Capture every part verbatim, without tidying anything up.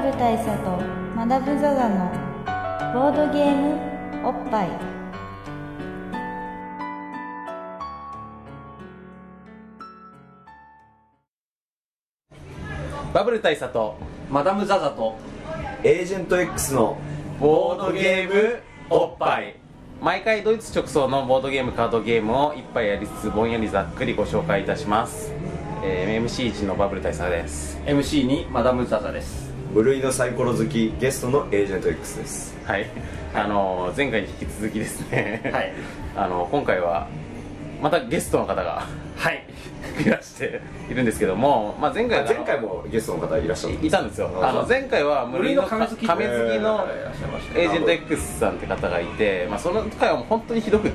ル大佐とマダム・ザ・ザのボードゲームおっぱい。 バブル大佐とマダム・ザ・ザとエージェント X のボードゲームおっぱい。毎回ドイツ直送のボードゲームカードゲームを一杯やりつつぼんやりざっくりご紹介いたします。えー、エムシーいち のバブル大佐です。 エムシーに マダム・ザ・ザです。 無類のサイコロ好きゲストのエージェント X です。 はい、あのー、前回に引き続きですね、 はい、 あのー、今回はまたゲストの方がはいいらしているんですけども、まあ、前回前回もゲストの方いらっしゃったんですいたんですよ。あの前回は無類の亀好きのエージェント X さんって方がいて、まあ、その回はもう本当にひどくって、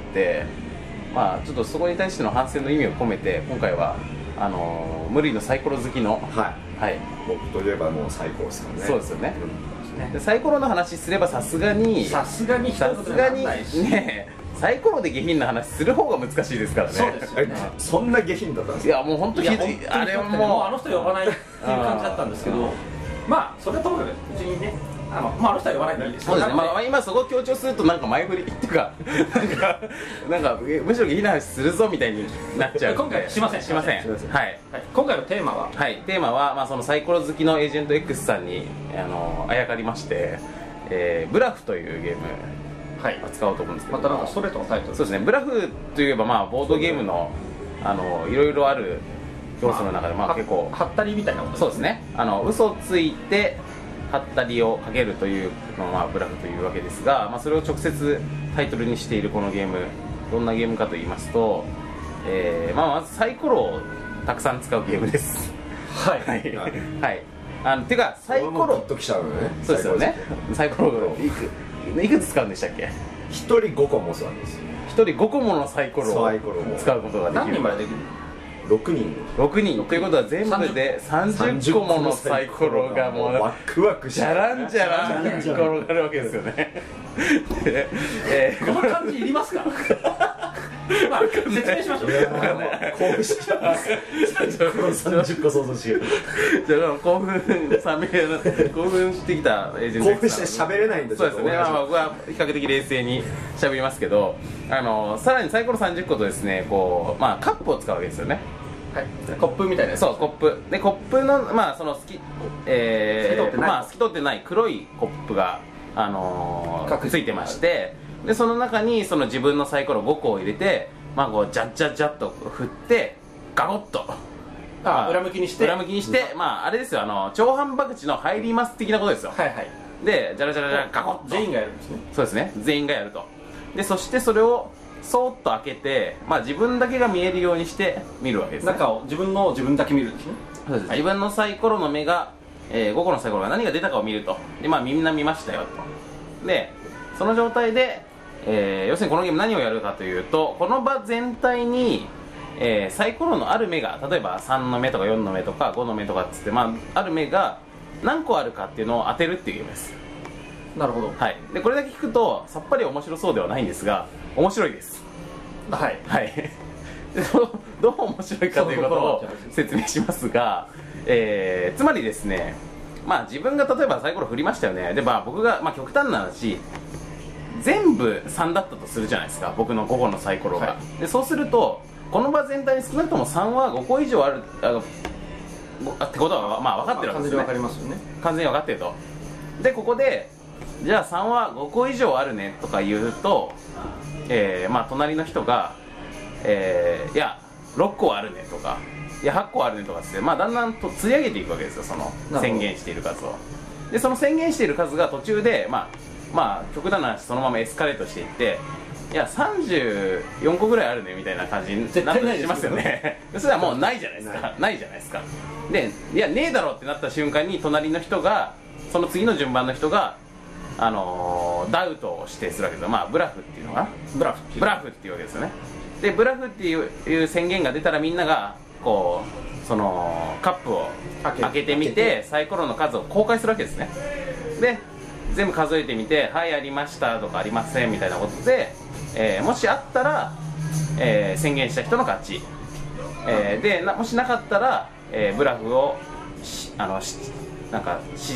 まあ、ちょっとそこに対しての反省の意味を込めて今回はあのー、無類のサイコロ好きの、 はいはい、 僕といえばもうサイコロですからね。 そうですよね、うん、でサイコロの話すればさすがにさすがにさすがにねサイコロで下品な話する方が難しいですからね。 そうですよね。 そんな下品だったんですか。 いやもう本当にひどい。あれはもうあの人呼ばないっていう感じだったんですけど、まあそれはともかく別にね、あのまああの人は呼ばないでいいです。 そうですね。まあ今そこを強調するとなんか前振りっていうかなんかなんかむしろ下品な話するぞみたいになっちゃう。 今回しませんしません。はい。 はい。今回のテーマははいテーマはまあそのサイコロ好きのエージェント X さんにあのあやかりまして、えー、ブラフというゲーム。はい、使おうと思うんですけど、 またなんかストレートのタイトル。 そうですね。ブラフといえばまあボードゲームのあのいろいろある要素の中でまあ結構はったりみたいなこと。 そうですね。あの嘘をついてはったりをかけるというのをまあブラフというわけですが、まあそれを直接タイトルにしているこのゲーム、どんなゲームかと言いますと、えー、まあまずサイコロをたくさん使うゲームです。 はいはいはい。はい。あのてかサイコロときちゃうのね。 そうですよね。サイコロいくいくつ使うんでしたっけ？ ひとりごこ持つわけですよ。 ひとりごこものサイコロを使うことができる。 何人までできる？ ろくにん。 ろくにんということは全部でさんじゅっこものサイコロがもうワクワクしてじゃらんじゃらん転がるわけですよね。 で、えー、この感じいりますか？まあ説明しましょう。 興奮しちゃいます。さんじゅっこ想像しよう。 じゃあ興奮冷め興奮してきたエージェント X さん。 興奮して喋れないんで。 そうですね。まあ僕は比較的冷静に喋りますけど、あのさらにサイコロさんじゅっことですね、こうまあカップを使うわけですよね。 はい、コップみたいなやつ。 そうコップでコップのまあその透きえー、まあ透き通ってない黒いコップがあのー、ついてまして、でその中にその自分のサイコロごこを入れて、まあこうジャッジャッジャッと振ってガコッとあ、まあ、裏向きにして裏向きにして、うん、まああれですよ、あの超反爆地の入ります的なことですよ。 はいはい。 でジャラジャラジャラガコッと全員がやるんですね。 そうですね、全員がやると。でそしてそれをそーっと開けて、まあ、自分だけが見えるようにして見るわけですね。 中を自分の自分だけ見るんですね。 そうです。自分のサイコロの目が、えー、ごこのサイコロが何が出たかを見ると。でまあみんな見ましたよと。でその状態で、えー、要するにこのゲーム何をやるかというと、この場全体に、えー、サイコロのある目が例えばさんの目とかよんの目とかごの目とかっつって、まあ、ある目が何個あるかっていうのを当てるっていうゲームです。 なるほど。 はい。でこれだけ聞くとさっぱり面白そうではないんですが面白いです。 はいはいでど, どう面白いかということを説明しますが、えー、つまりですね、まあ自分が例えばサイコロ振りましたよね。でまあ僕が、まあ、極端な話全部さんだったとするじゃないですか、僕のごこのサイコロが、はい、でそうするとこの場全体に少なくともさんはごこ以上あるあのってことはまあ分かってるわけですね。 完全に分かりますよね。 完全に分かってると。でここでじゃあさんはごこ以上あるねとか言うと、えー、まあ隣の人が、えー、いやろっこあるねとかいやはっこあるねとかって、まあ、だんだんと釣り上げていくわけですよ、その宣言している数を。でその宣言している数が途中でまあまあ極端な話そのままエスカレートしていって、いやさんじゅうよんこぐらいあるねみたいな感じになったりしますよね。それはもうないじゃないですかないじゃないですか。でいやねえだろってなった瞬間に隣の人がその次の順番の人があのー、ダウトを指定するわけですよ。まあブラフっていうのかな、ブラフブラフっていうわけですよね。でブラフっていういう宣言が出たらみんながこうそのカップを開けてみてサイコロの数を公開するわけですね。で全部数えてみて、はいありましたとかありませんみたいなことで、えー、もしあったら、えー、宣言した人の勝ち、えー、でなもしなかったら、えー、ブラフをあのなんか指示し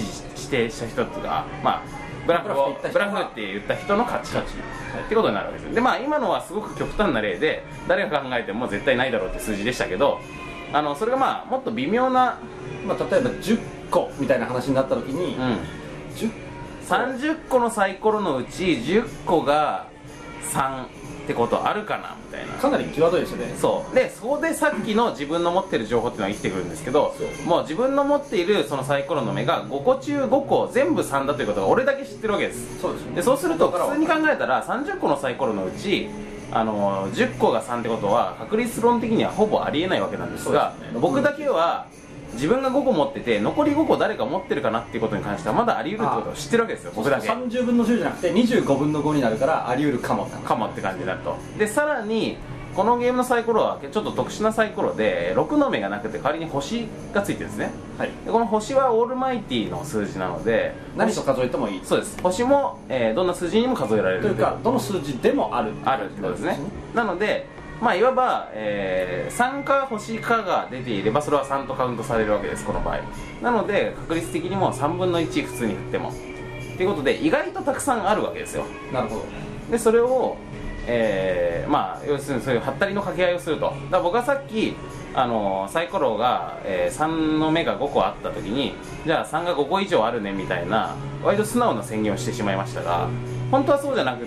定した人とか、まあ、ブラフをブラフって言った人の勝ちってことになるわけです。でまあ今のはすごく極端な例で誰が考えても絶対ないだろうって数字でしたけど、あのそれがまあもっと微妙な、 まあ、例えばじゅっこみたいな話になった時に、 うん、 じゅっさんじゅっこのサイコロのうちじゅっこがさんってことあるかなみたいな、 かなり際どいですよね。 そうでそこでさっきの自分の持ってる情報っていうのが生きてくるんですけど、もう自分の持っているそのサイコロの目がごこ中ごこ全部さんだということが俺だけ知ってるわけです。 そうですよね。 でそうすると普通に考えたらさんじゅっこのサイコロのうちあのじゅっこがさんってことは確率論的にはほぼありえないわけなんですが、 そうですね、 僕だけは自分がごこ持ってて残りごこ誰か持ってるかなっていうことに関してはまだあり得るってことを知ってるわけですよ、僕だけ。 さんじゅうぶんのじゅうじゃなくてにじゅうごぶんのごになるからあり得るかもかもって感じになると。でさらにこのゲームのサイコロはちょっと特殊なサイコロでろくの目がなくて代わりに星がついてるんですね、はい、でこの星はオールマイティの数字なので何と数えてもいい。 そうです。星も、えー、どんな数字にも数えられるというかどの数字でもあるあるってことですね。なのでまあいわば、えー、さんか星かが出ていればそれはさんとカウントされるわけです、この場合。なので確率的にもさんぶんのいち普通に振ってもということで意外とたくさんあるわけですよ。 なるほど。 でそれをえー、まあ要するにそういうハったりの掛け合いをすると。だから僕はさっきあのサイコロが、えー、さんの目がごこあった時にじゃあさんがごこ以上あるねみたいな割と素直な宣言をしてしまいましたが、本当はそうじゃなくって、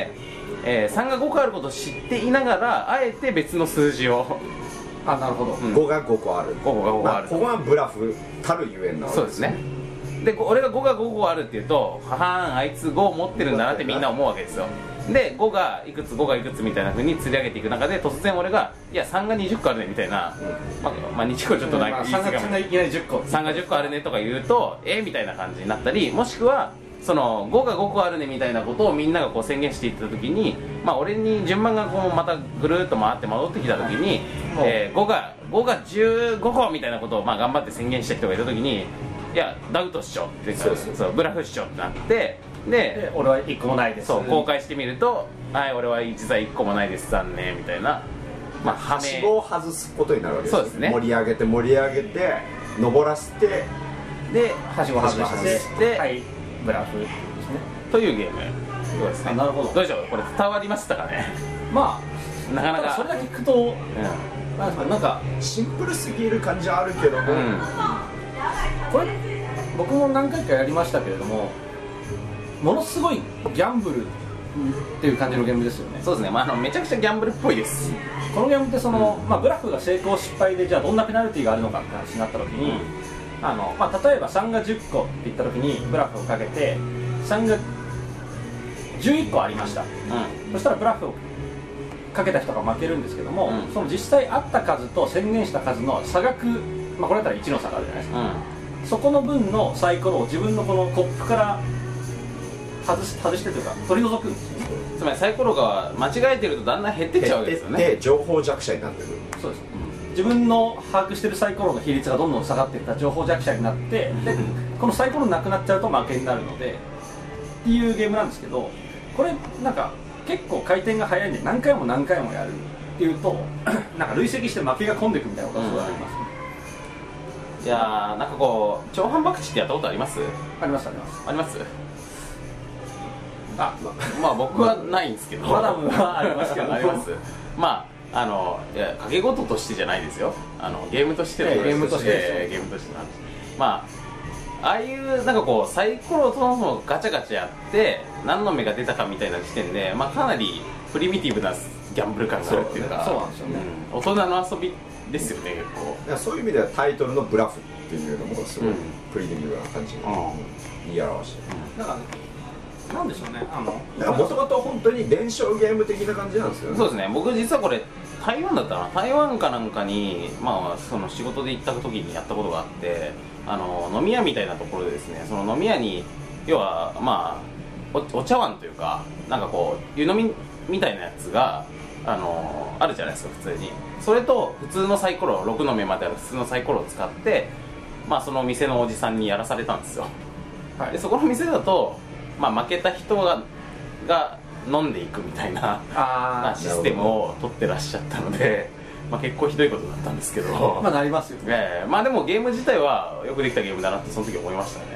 えー、さんがごこあることを知っていながらあえて別の数字をあ、なるほど、 うん、ごがごこある、 ごがごこある、 まあ、ここはブラフたるゆえんなわけです。 そうですね。で俺がごがごこあるって言うとははーんあいつご持ってるんだなってみんな思うわけですよ。でごがいくつごがいくつみたいな風に釣り上げていく中で突然俺がいやさんがにじゅっこあるねみたいな、うん、まあ、まあにじゅっこちょっとない、 まあ、さんがいきなりじゅっこさんがじゅっこあるねとか言うとえみたいな感じになったり、もしくはそのごがごこあるねみたいなことをみんながこう宣言していった時に、まあ、俺に順番がこうまたぐるっと回って戻ってきた時に、えー、ごがごがじゅうごこみたいなことをまあ頑張って宣言した人がいた時にいやダウトっしょってそうそうそうブラフっしょってなってで, で俺はいっこもないです。 そう公開してみるとはい俺は実はいっこもないです残念みたいな、まあはしごを外すことになるわけです。 そうですね。 盛り上げて盛り上げて登らせてではしご外してで、 はい、ブラフですねというゲームそうですね。 なるほど。 どうでしょうこれ伝わりましたかね。 まあなかなかそれだけ聞くと、うん、なんかなんかシンプルすぎる感じはあるけども、うん、 これ僕も何回かやりましたけれどもものすごいギャンブルっていう感じのゲームですよね。 そうですね、まあ、あのめちゃくちゃギャンブルっぽいです。 このゲームってその、まあ、ブラフが成功失敗でじゃあどんなペナルティーがあるのかって話になった時に、あのまあ、例えばさんがじゅっこって言った時にブラフをかけてさんがじゅういっこありました、うん、そしたらブラフをかけた人が負けるんですけども、うん、その実際あった数と宣言した数の差額、まあ、これだったらいちの差があるじゃないですか、うん、そこの分のサイコロを自分のこのコップから外し外してというか取り除くんですよね。 つまりサイコロが間違えてるとだんだん減ってっちゃうわけですよね。 で情報弱者になってくる。 そうです、うん、自分の把握してるサイコロの比率がどんどん下がっていった情報弱者になってでこのサイコロなくなっちゃうと負けになるのでっていうゲームなんですけど、これなんか結構回転が速いんで何回も何回もやるっていうとなんか累積して負けが込んでいくみたいなことがすごいありますね、 うん、いやーなんかこう超反博打ってやったことあります？ ありますありますありますあ、まあ僕はないんですけどマダムはありますけどありますまああのいや賭け事としてじゃないですよ、あのゲームとしてのゲームとしてゲームとしての話、まあああいうなんかこうサイコロとのガチャガチャやって何の目が出たかみたいな時点で、まあ、かなりプリミティブなギャンブル感があるっていうか、 そうなんですよね、 うん、大人の遊びですよね結構。 いやそういう意味ではタイトルのブラフっていうのもすごいプリミティブな感じに言い表してる、 うん、なんかなんでしょうね、あのもともと本当に連勝ゲーム的な感じなんですよね。 そうですね、僕実はこれ台湾だったな、台湾かなんかに、まあ、その仕事で行った時にやったことがあって、あの飲み屋みたいなところでですね、その飲み屋に要はまあ お, お茶碗というかなんかこう湯飲みみたいなやつがあのあるじゃないですか普通に。それと普通のサイコロろくの目まである普通のサイコロを使って、まあ、その店のおじさんにやらされたんですよ、はい、でそこの店だとまあ、負けた人がが飲んでいくみたいなあシステムを取ってらっしゃったので、まあ、結構ひどいことだったんですけどまあなりますよね、 えー、まあでもゲーム自体はよくできたゲームだなってその時思いましたね。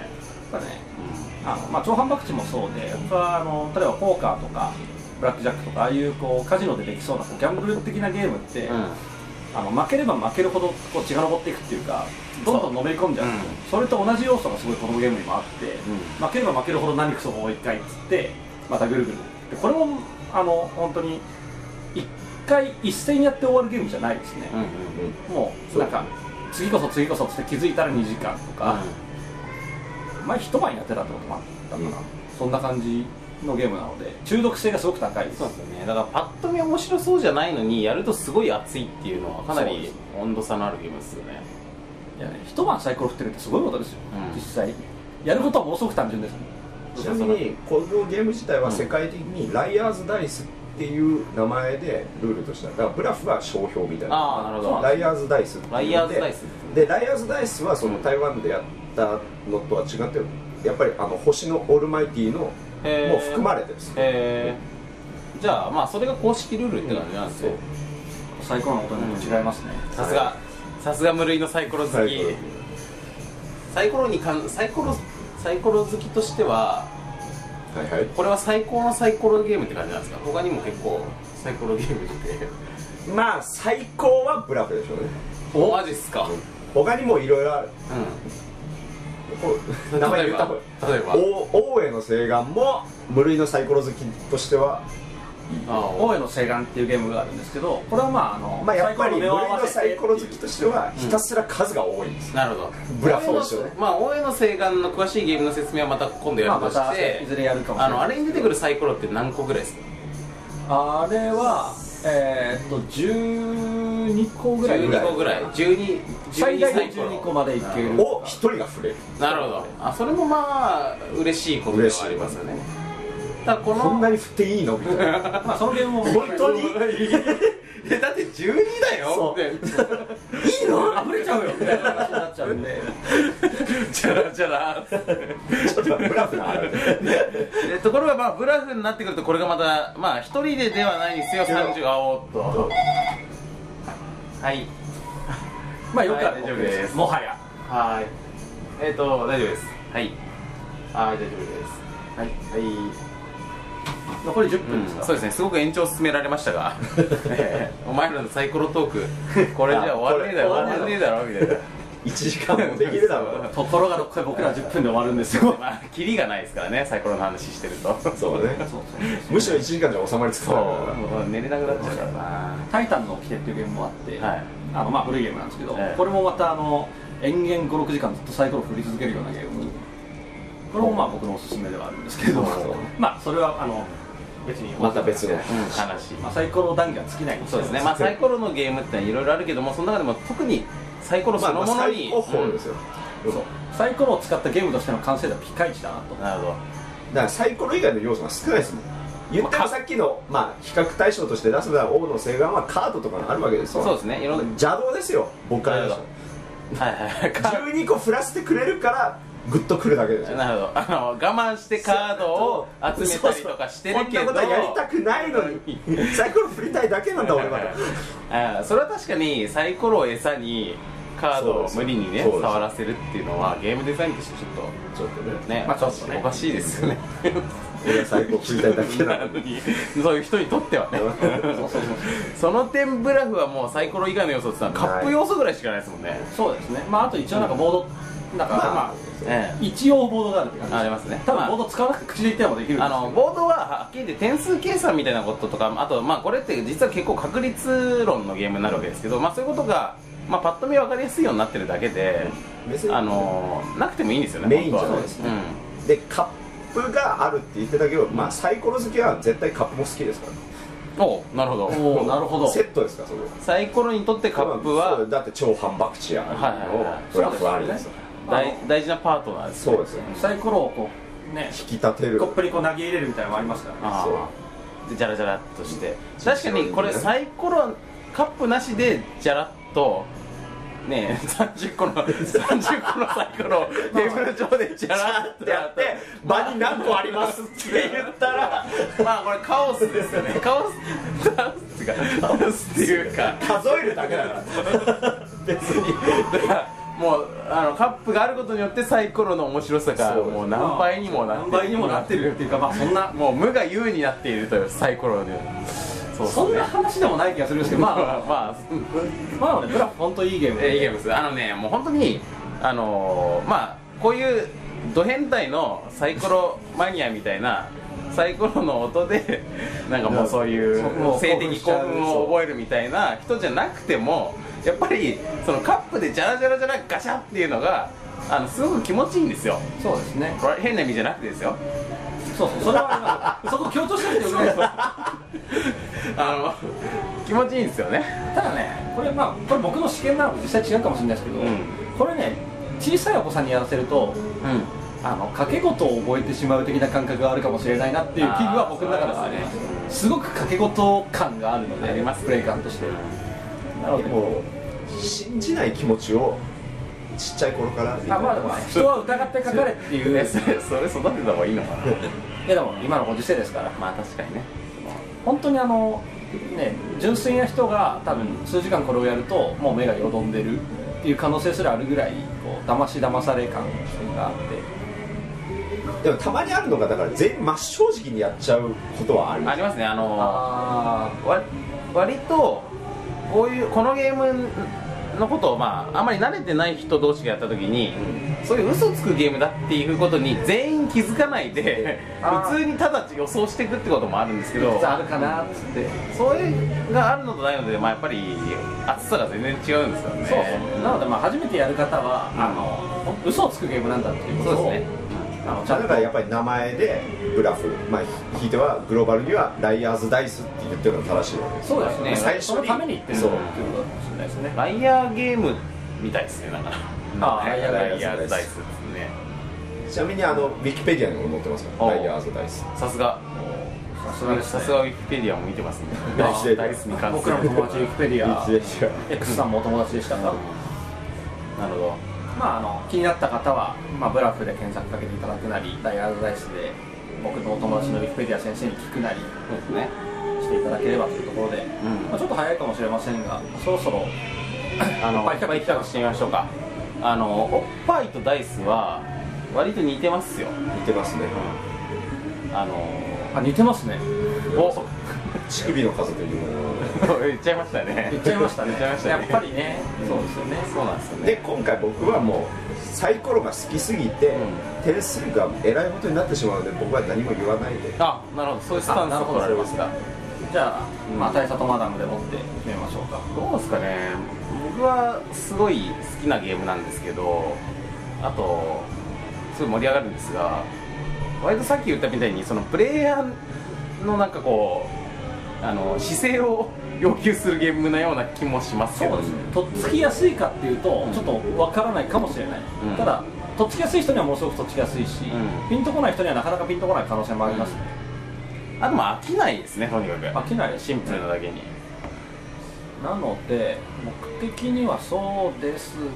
ぱね、あのまあ、超反博打もそうで、僕はあの例えばポーカーとかブラックジャックとかああいうこうカジノでできそうなこうギャンブル的なゲームって、うん、あの負ければ負けるほどこう血が上っていくっていうか、どんどんのめり込んじゃう、うん、それと同じ要素がすごいこのゲームにもあって、うん、負ければ負けるほど何くそもう一回っつってまたぐるぐるで、これもあの本当に一回一戦やって終わるゲームじゃないですね、うんうんうん、もうなんか次こそ次こそって気づいたらにじかんとか、うん、前一晩やってたってこともあったかな、うん、そんな感じのゲームなので中毒性がすごく高いです。 そうですよね。だからパッと見面白そうじゃないのにやるとすごい熱いっていうのはかなり温度差のあるゲームですよね。 いやね、一晩サイコロ振ってるってすごいことですよ、うん、実際やることはものすごく単純です。 ちなみにこのゲーム自体は世界的にライアーズダイスっていう名前でルールとしてある。だからブラフは商標みたいな。 ああ、なるほど。 ライアーズダイスっていうので、 ライアーズダイスでライアーズダイスはその台湾でやったのとは違って、やっぱりあの星のオールマイティのもう含まれてるんです。 へー。じゃあまあそれが公式ルールって感じなんですよ。 サイコロの音にも違いますね。 さすがさすが無類のサイコロ好き。サイコロにかんサイコロサイコロ好きとしては、はいはい、これは最高のサイコロゲームって感じなんですか？他にも結構サイコロゲームってまあ最高はブラフでしょうね。 お、マジっすか？ 他にもいろいろある。うん、名前言った方がいい。例えば大江の誓願も無類のサイコロ好きとしてはいい。 大江の誓願っていうゲームがあるんですけど、これはまああの、 まあ、やっぱり無類のサイコロ好きとしてはひたすら数が多いんです、 うん、なるほど。 ブラフとしてはね。 まあ大江の誓願の詳しいゲームの説明はまた今度やるとして、まあ、またいずれやるかもしれない。 あのあれに出てくるサイコロって何個ぐらいですか？ あれはえー、っとじゅうにこぐらい。 じゅうにこぐらい。じゅうに最大でじゅうにこまでいける。 をひとりが触れる。 なるほど。あ、それもまあ嬉しいことではありますよね。 だこのこんなに振っていいのみたいな。 まあそのゲームも本当にえ、だってじゅうにだよ。 いいの？溢れちゃうよみたいな話になっちゃうんで。 チャラチャラ。 ちょっとブラフな。 えところがまあブラフになってくるとこれがまたまあ一人でではないにせよさんじゅう。あ、おっと。はい。 まあよくある。 大丈夫です。 もはや。 はい。えっと大丈夫です。はい。はい、大丈夫です。はいはい。 残りじゅっぷんですか、 うん、そうですね。すごく延長を進められましたが、えー、お前らのサイコロトークこれじゃ終わんねえだろ終わんねえだろみたいないちじかんもできるだろう。 ところが僕らじゅっぷんで終わるんですよ。 まあキリがないですからね、サイコロの話してると。 そうね。むしろいちじかんじゃ収まりつかないから寝れなくなっちゃうからな。 タイタンの掟っていうゲームもあって、はい、あのまあ古いゲームなんですけど、 ええ、 これもまたあの延々ごろくじかんずっとサイコロ振り続けるようなゲーム。これもまあ僕のおすすめではあるんですけど、まあそれはあの別にまた別の話。 まあサイコロ談義は尽きないんです。 そうですね。まあサイコロのゲームっていろいろあるけども、その中でも特にサイコロそのものに、 そうサイコロを使ったゲームとしての完成度はピカイチだなと。 なるほど。 だからサイコロ以外の要素が少ないですもん。言ってもさっきの、まあ、比較対象として出すのは王の誓願はカードとかがあるわけですよ。 そうですね。いろんな邪道ですよ、僕から言うと。 はいはい。 じゅうにこ振らせてくれるからグッとくるだけですよ。 なるほど。あの我慢してカードを集めたりとかしてるけど、 こんなことはやりたくないのにサイコロ振りたいだけなんだ俺は。 あ、それは確かにサイコロを餌にカードを無理にね触らせるっていうのはゲームデザインとしてちょっとちょっとね、まあちょっとねおかしいですよね。 俺はサイコロ振りたいだけなのにそういう人にとってはね。その点ブラフはもうサイコロ以外の要素ってのはカップ要素ぐらいしかないですもんね。 そうですね。まああと一応なんかボードなんかまあ一応ボードがあるって感じ。 ありますね。 多分ボード使わなくて口で言ってもできるんですけど、 あのボードははっきり言って点数計算みたいなこととか、あとまあこれって実は結構確率論のゲームになるわけですけど、まあそういうことがまあパッと見分かりやすいようになってるだけで、あのなくてもいいんですよね。 メインじゃないですね。でカップがあるって言ってたけど、まあサイコロ好きは絶対カップも好きですから。 お、なるほど。 お、なるほど。 セットですかそれ。 サイコロにとってカップはだって超反爆地やのブラフあるんですよ。 大大事なパートナーです。 そうですよ。 サイコロをこうね引き立てる。 コップにこう投げ入れるみたいなのもありますからね。 そう。でジャラジャラっとして、確かにこれサイコロカップなしでジャラっと。ねえ、さんじゅっこのさんじゅっこのサイコロをテーブル上でジャラってやって場に何個ありますって言ったらまあこれカオスですよね。カオスカオスっていうかカオスっていうか数えるだけだから別にだからもうあのカップがあることによってサイコロの面白さがもう何倍にもなってる、 何倍にもなってるっていうか、まあそんなもう無が有になっているというサイコロで、そうそんな話でもない気がするんですけど、まあまあまあね、ブラフ本当いいゲームえーいいゲームです。あのね、もう本当にあのー、まあこういうド変態のサイコロマニアみたいなサイコロの音でなんかもうそういう性的興奮を覚えるみたいな人じゃなくても、やっぱりそのカップでジャラジャラジャラガシャっていうのがあのすごく気持ちいいんですよ。 そうですね。 これ変な意味じゃなくてですよ。 そうそう、それはそこ強調しなくてよくないですか。 あの気持ちいいんですよね。 ただね、これまあこれ僕の試験なので実際違うかもしれないですけど、 うんこれね小さいお子さんにやらせると、 うんあの掛け事を覚えてしまう的な感覚があるかもしれないなっていう危惧は僕の中ではね、すごく掛け事感があるので、 ありますプレイ感として。なのででも信じない気持ちをちっちゃい頃からみんなあまあでもね、人は疑ってかかれっていうえそれそれ育てた方がいいのかな。 いやでも今のご時世ですから、 まあ確かにね。 本当にあのね純粋な人が多分数時間これをやるともう目がよどんでるっていう可能性すらあるぐらいこう騙し騙され感があって。 でもたまにあるのがだから全員真正直にやっちゃうことはあるありますね。あのあわ割とこういうこのゲームのことを、まあ、あまり慣れてない人同士がやった時に、そういう嘘つくゲームだっていうことに全員気づかないであー普通にただ予想していくってこともあるんですけど、 あるかなっつって。 それがあるのとないので、まあ、やっぱり厚さが全然違うんですよね。 そうそうなのでまあ初めてやる方は、あの嘘をつくゲームなんだっていうことをそうですねあのちゃんとだからやっぱり名前でブラフ、まあ、ひいてはグローバルにはライアーズダイスって言ってるのが正しいわけです。 そうですね、 最初にそのために言ってるっていうことかもしれないですね。 ライアーゲームみたいですね。だからあーライアライアーダイスですね。 ちなみにあのウィキペディアにも載ってますから、 おライアーズダイス。 さすがさすがですね。 さすがウィキペディアも見てますね。 ウィキペディアダイスに関する僕らの友達ウィキペディアウィキペディア X さんもお友達でしたが、 なるほど。 まあ、あの気になった方は、まあ、ブラフで検索かけていただくなり、ライアーズダイスで僕のお友達のウィキペディア先生に聞くなりそうですね。 していただければというところで、 うんまあ、ちょっと早いかもしれませんが、そろそろあのおっぱい比較おっぱい比較してみましょうか。あのおっぱいとダイスは割と似てますよ。 似てますね。 あのあ似てますね。 お乳首の数というもの言っちゃいましたね。 言っちゃいましたね。 言っちゃいましたね。 やっぱりね、そうですよね。 そうなんですよね。 で今回僕はもうサイコロが好きすぎて、 うん点数がえらいことになってしまうので僕は何も言わないで。 あ、なるほど、そういうスタンスを取られますか。 じゃあ、 うんまあ、大佐とマダムでもって決めましょうか。 どうですかね。僕はすごい好きなゲームなんですけど、あとすごい盛り上がるんですが、割とさっき言ったみたいにそのプレイヤーのなんかこうあの姿勢を要求するゲームのような気もしますけど、 そうですね。とっつきやすいかっていうと、ちょっとわからないかもしれない。 うんただ、とっつきやすい人にはものすごくとっつきやすいし、 うんピンとこない人にはなかなかピンとこない可能性もありますね。 あとまあ飽きないですね、とにかく飽きないですシンプルなだけに。 なので、目的にはそうですね、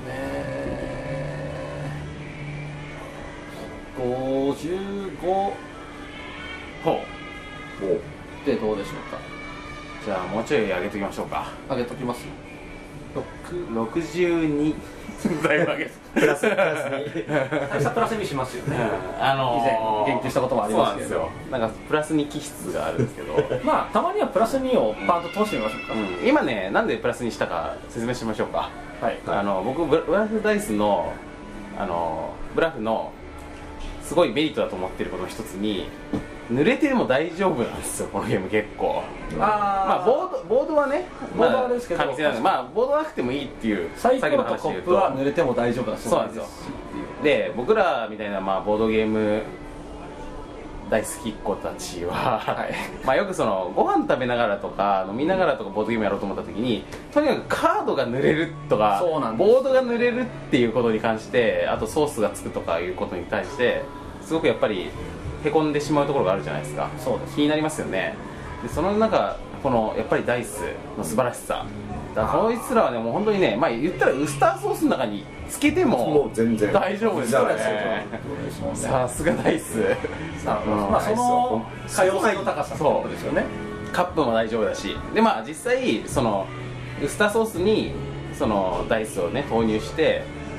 ごじゅうごほう。 もうでどうでしょうか。 じゃあもうちょい上げときましょうか。 上げときます。 ろくじゅうにだいぶ上げプラスプラスに大佐プラスにしますよね。 あのー、 以前言及したこともありますけどそうなんですよ。なんかプラスに気質があるんですけど、 まあ、たまにはプラスにをパンと通してみましょうか。 うん、今ねなんでプラスにしたか説明しましょうか。 はい。 あの僕ブラフダイスのあのブラフのすごいメリットだと思っていることの一つに、濡れても大丈夫なんですよ、このゲーム結構。 あまあボードボードはね、 ボードはですけどまあ、紙製なんで、まあボードなくてもいいっていうサイコロとさっきの話で言うコップは濡れても大丈夫だそうなんですよ。で僕らみたいな、まあ、ボードゲーム大好きっ子たちは、 はいまあよくそのご飯食べながらとか飲みながらとかボードゲームやろうと思った時に、とにかくカードが濡れるとかそうなんですボードが濡れるっていうことに関して、あとソースがつくとかいうことに対してすごくやっぱりへこんでしまうところがあるじゃないですか。 そうです。 気になりますよね。でその中このやっぱりダイスの素晴らしさだから、こいつらはねもう本当にね、まあ言ったらウスターソースの中につけてももう全然大丈夫ですよね。さすがダイス。 なるほど。 うんまあ、その可用性の高さってことですよね。 カップも大丈夫だし、でまあ実際そのウスターソースにそのダイスをね投入して、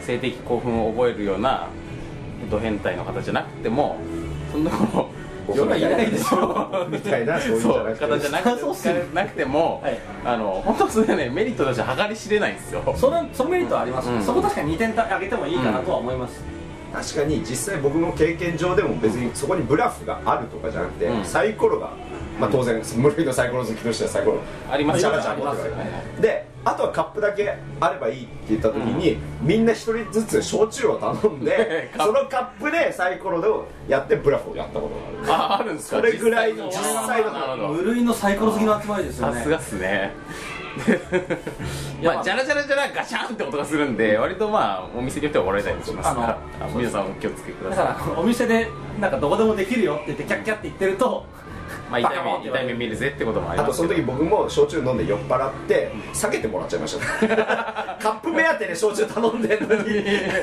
性的興奮を覚えるようなド変態の方じゃなくてもそんなこのそれは言えないでしょみたいなそういうんじそうゃなくて方じゃなくてなくても、 はい、 あの本当それはねメリットとしては計り知れないんですよ。 それそのメリットはあります、 うん、 そこ確かににてんあげてもいいかなとは思います、 うん、確かに実際僕の経験上でも別にそこにブラフがあるとかじゃなくて、うん、サイコロが、まあ、当然無類のサイコロ好きとしてはサイコロありますよね。 チャラチャラ持ってるわけね。であとはカップだけあればいいって言った時に、うん、みんな一人ずつ焼酎を頼んでそのカップでサイコロでやってブラフをやったことがある。 ああるんですか。 それぐらいの実際の無類のサイコロ好きの集まりですよね。 さすがっすね。まあジャラジャラジャラガシャンって音がするんで割とまあお店によっては笑えたりもしますからあの皆さんお気をつけください。 だからお店でなんかどこでもできるよって言ってキャッキャって言ってるとまあ痛い目痛い目見るぜってこともあります。 あとその時僕も焼酎飲んで酔っ払って避けてもらっちゃいましたねカップ目当てで焼酎頼んでんのに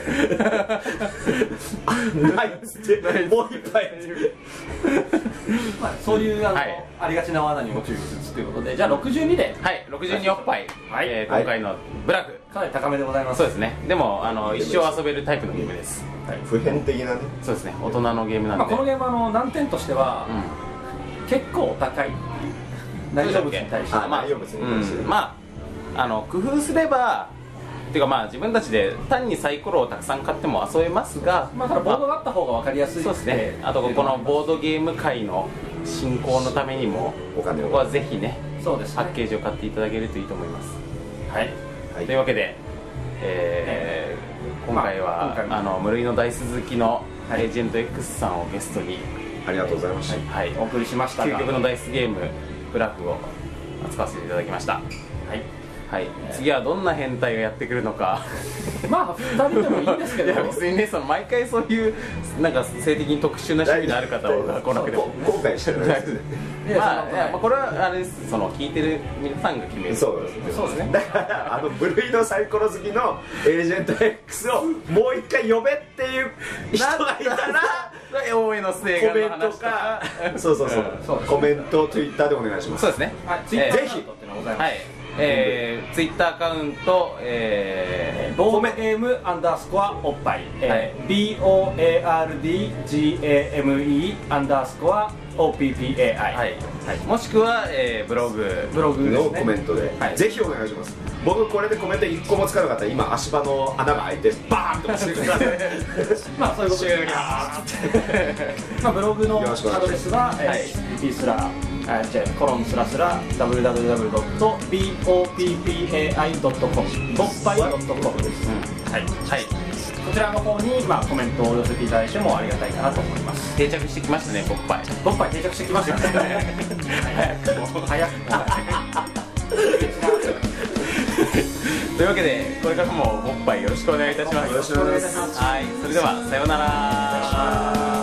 ないっつってもう一杯まあそういうあの、 はい、 ありがちな罠にご注意しつつということでじゃあろくじゅうにではいろくじゅうにおっぱい、 はいえー、今回のブラフかなり高めでございます。 そうですね。でもあの一生遊べるタイプのゲームです、 はい、普遍的なね。 そうですね大人のゲームなんで、 まあ、このゲームはあの難点としては、うん、結構お高い内容物に対して、 あ、まあ、内容物に対して、 うん、まああの工夫すればっていうかまあ自分たちで単にサイコロをたくさん買っても遊べますが、 まあただボードがあった方が分かりやすい、 そうですね。あとこのボードゲーム界の進行のためにもお金をここはぜひね、 そうですね、 パッケージを買っていただけるといいと思います。はい、 はい、 というわけで、えー、今回は、まあ、今回あの無類のダイス好きのエージェント X さんをゲストにありがとうございました、 はい、お送りしましたが究極のダイスゲームブラフを扱わせていただきました。はいはい、次はどんな変態がやってくるのかまあふたりでもいいんですけどいや別にねその毎回そういうなんか性的に特殊な趣味のある方が来なくても後悔してるですまあいやまあこれはあれですその聞いてる皆さんが決めるそうですそうですねだからあの部類のサイコロ好きのエージェント X をもう一回呼べっていう人がいたら大江の末コメントかそうそうそうコメント Twitter でお願いします。 そうですねぜひはいえー、ツイッターアカウント、えー、 ボードゲームアンダースコアおっぱい、えー、ビーオーエーアールディージーエーエムイー アンダースコア オーピーピーエーアイ、 はいはい、もしくは、えー、ブログブログのコメントで、はい、ぜひお願いします。僕これでコメントいっこもつかなかったら今足場の穴が開いてバーンと押してくださいまあそういうことでまあブログのアドレスは、はい、p スラあじゃコロンスラスラ ダブリューダブリューダブリュードットビーオーピーピーエーアイドットコム ボッパイドットコムです、うん、はい、はい、こちらの方に、まあ、コメントを寄せていただいてもありがたいかなと思います。 定着してきましたねボッパイボッパイ定着してきましたね早くも早くもというわけでこれからもボッパイよろしくお願いいたします。 よろしくお願いいたします。 はい、それではさようなら。